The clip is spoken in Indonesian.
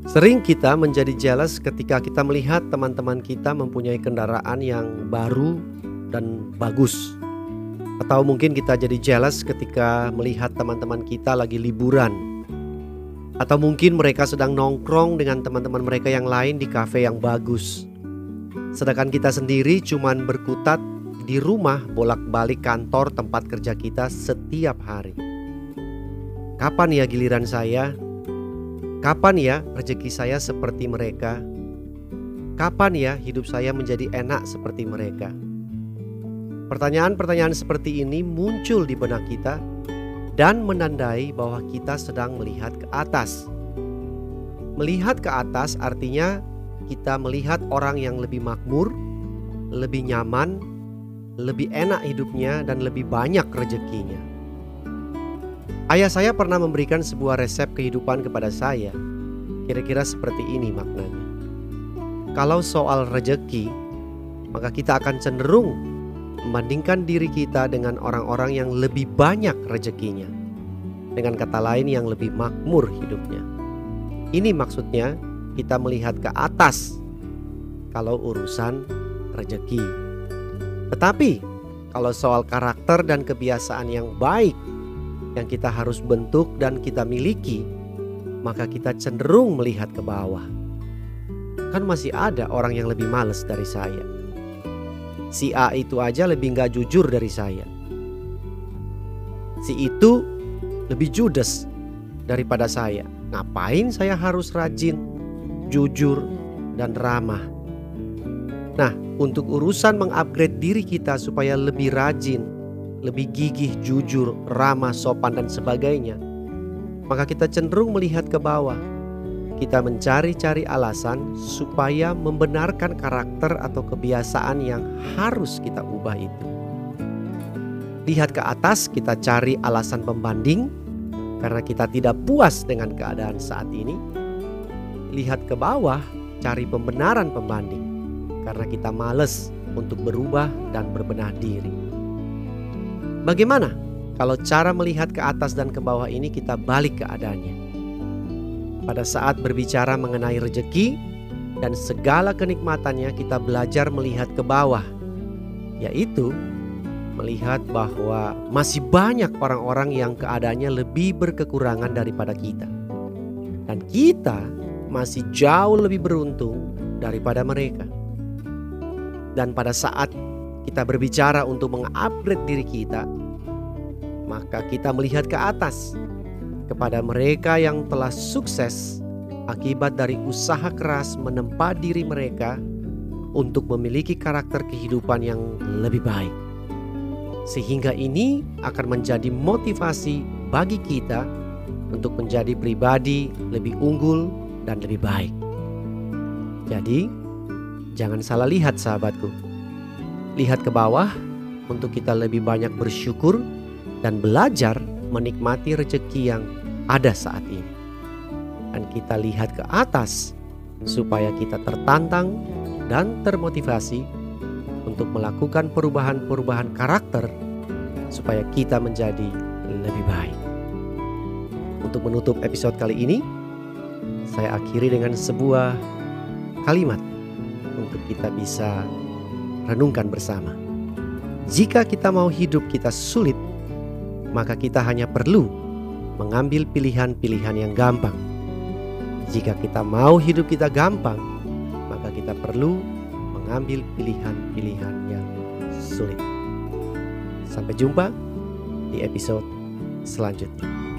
Sering kita menjadi jealous ketika kita melihat teman-teman kita mempunyai kendaraan yang baru dan bagus. Atau mungkin kita jadi jealous ketika melihat teman-teman kita lagi liburan. Atau mungkin mereka sedang nongkrong dengan teman-teman mereka yang lain di kafe yang bagus. Sedangkan kita sendiri cuman berkutat di rumah bolak-balik kantor tempat kerja kita setiap hari. Kapan ya giliran saya? Kapan ya rezeki saya seperti mereka? Kapan ya hidup saya menjadi enak seperti mereka? Pertanyaan-pertanyaan seperti ini muncul di benak kita dan menandai bahwa kita sedang melihat ke atas. Melihat ke atas artinya kita melihat orang yang lebih makmur, lebih nyaman, lebih enak hidupnya dan lebih banyak rezekinya. Ayah saya pernah memberikan sebuah resep kehidupan kepada saya. Kira-kira seperti ini maknanya. Kalau soal rezeki, maka kita akan cenderung membandingkan diri kita dengan orang-orang yang lebih banyak rezekinya. Dengan kata lain yang lebih makmur hidupnya. Ini maksudnya kita melihat ke atas kalau urusan rezeki. Tetapi kalau soal karakter dan kebiasaan yang baik yang kita harus bentuk dan kita miliki, maka kita cenderung melihat ke bawah. Kan masih ada orang yang lebih malas dari saya. Si A itu aja lebih gak jujur dari saya. Si itu lebih judes daripada saya. Ngapain saya harus rajin, jujur, dan ramah? Nah, untuk urusan mengupgrade diri kita supaya lebih rajin, lebih gigih, jujur, ramah, sopan, dan sebagainya, maka kita cenderung melihat ke bawah. Kita mencari-cari alasan supaya membenarkan karakter atau kebiasaan yang harus kita ubah itu. Lihat ke atas, kita cari alasan pembanding karena kita tidak puas dengan keadaan saat ini. Lihat ke bawah, cari pembenaran pembanding karena kita malas untuk berubah dan berbenah diri. Bagaimana kalau cara melihat ke atas dan ke bawah ini kita balik keadaannya? Pada saat berbicara mengenai rezeki dan segala kenikmatannya, kita belajar melihat ke bawah, yaitu melihat bahwa masih banyak orang-orang yang keadaannya lebih berkekurangan daripada kita. Dan kita masih jauh lebih beruntung daripada mereka. Dan pada saat kita berbicara untuk mengupgrade diri kita, maka kita melihat ke atas kepada mereka yang telah sukses akibat dari usaha keras menempa diri mereka untuk memiliki karakter kehidupan yang lebih baik. Sehingga ini akan menjadi motivasi bagi kita untuk menjadi pribadi lebih unggul dan lebih baik. Jadi, jangan salah lihat sahabatku. Lihat ke bawah untuk kita lebih banyak bersyukur dan belajar menikmati rezeki yang ada saat ini. Dan kita lihat ke atas supaya kita tertantang dan termotivasi untuk melakukan perubahan-perubahan karakter supaya kita menjadi lebih baik. Untuk menutup episode kali ini, saya akhiri dengan sebuah kalimat untuk kita bisa renungkan bersama. Jika kita mau hidup kita sulit, maka kita hanya perlu mengambil pilihan-pilihan yang gampang. Jika kita mau hidup kita gampang, maka kita perlu mengambil pilihan-pilihan yang sulit. Sampai jumpa di episode selanjutnya.